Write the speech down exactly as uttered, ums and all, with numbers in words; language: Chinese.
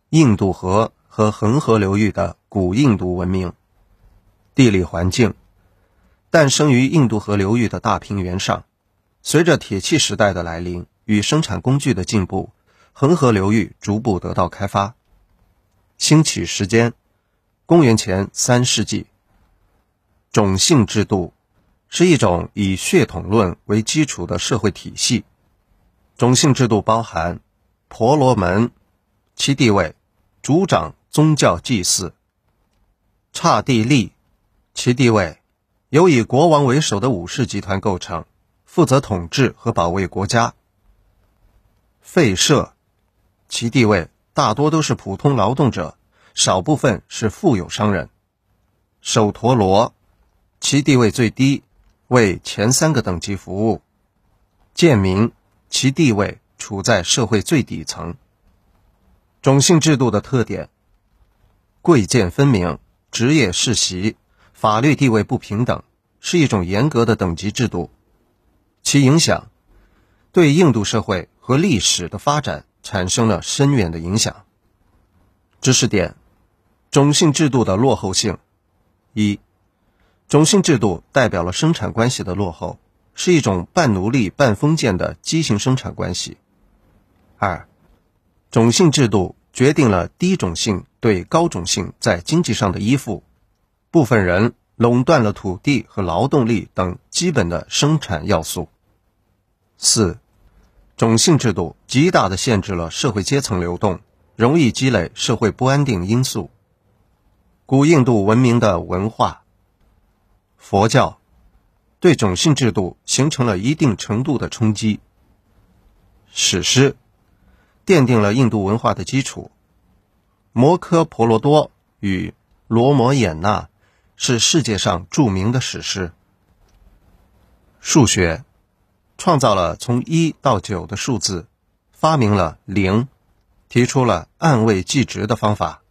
印度河和恒河流域的古印度文明。地理环境，诞生于印度河流域的大平原上。随着铁器时代的来临与生产工具的进步，恒河流域逐步得到开发。兴起时间，公元前三世纪。种姓制度是一种以血统论为基础的社会体系。种姓制度包含婆罗门，其地位主掌宗教祭祀；刹帝利，其地位由以国王为首的武士集团构成，负责统治和保卫国家；吠舍，其地位大多都是普通劳动者，少部分是富有商人；首陀罗，其地位最低，为前三个等级服务；贱民，其地位处在社会最底层。种姓制度的特点：贵贱分明，职业世袭，法律地位不平等，是一种严格的等级制度。其影响对印度社会和历史的发展产生了深远的影响。知识点：种姓制度的落后性。一、种姓制度代表了生产关系的落后，是一种半奴隶半封建的畸形生产关系。二、种姓制度决定了低种姓对高种姓在经济上的依附，部分人垄断了土地和劳动力等基本的生产要素。四、种姓制度极大地限制了社会阶层流动，容易积累社会不安定因素。古印度文明的文化，佛教对种姓制度形成了一定程度的冲击。史诗奠定了印度文化的基础。摩诃婆罗多与罗摩衍那是世界上著名的史诗。数学创造了从一到九的数字，发明了零，提出了按位计值的方法。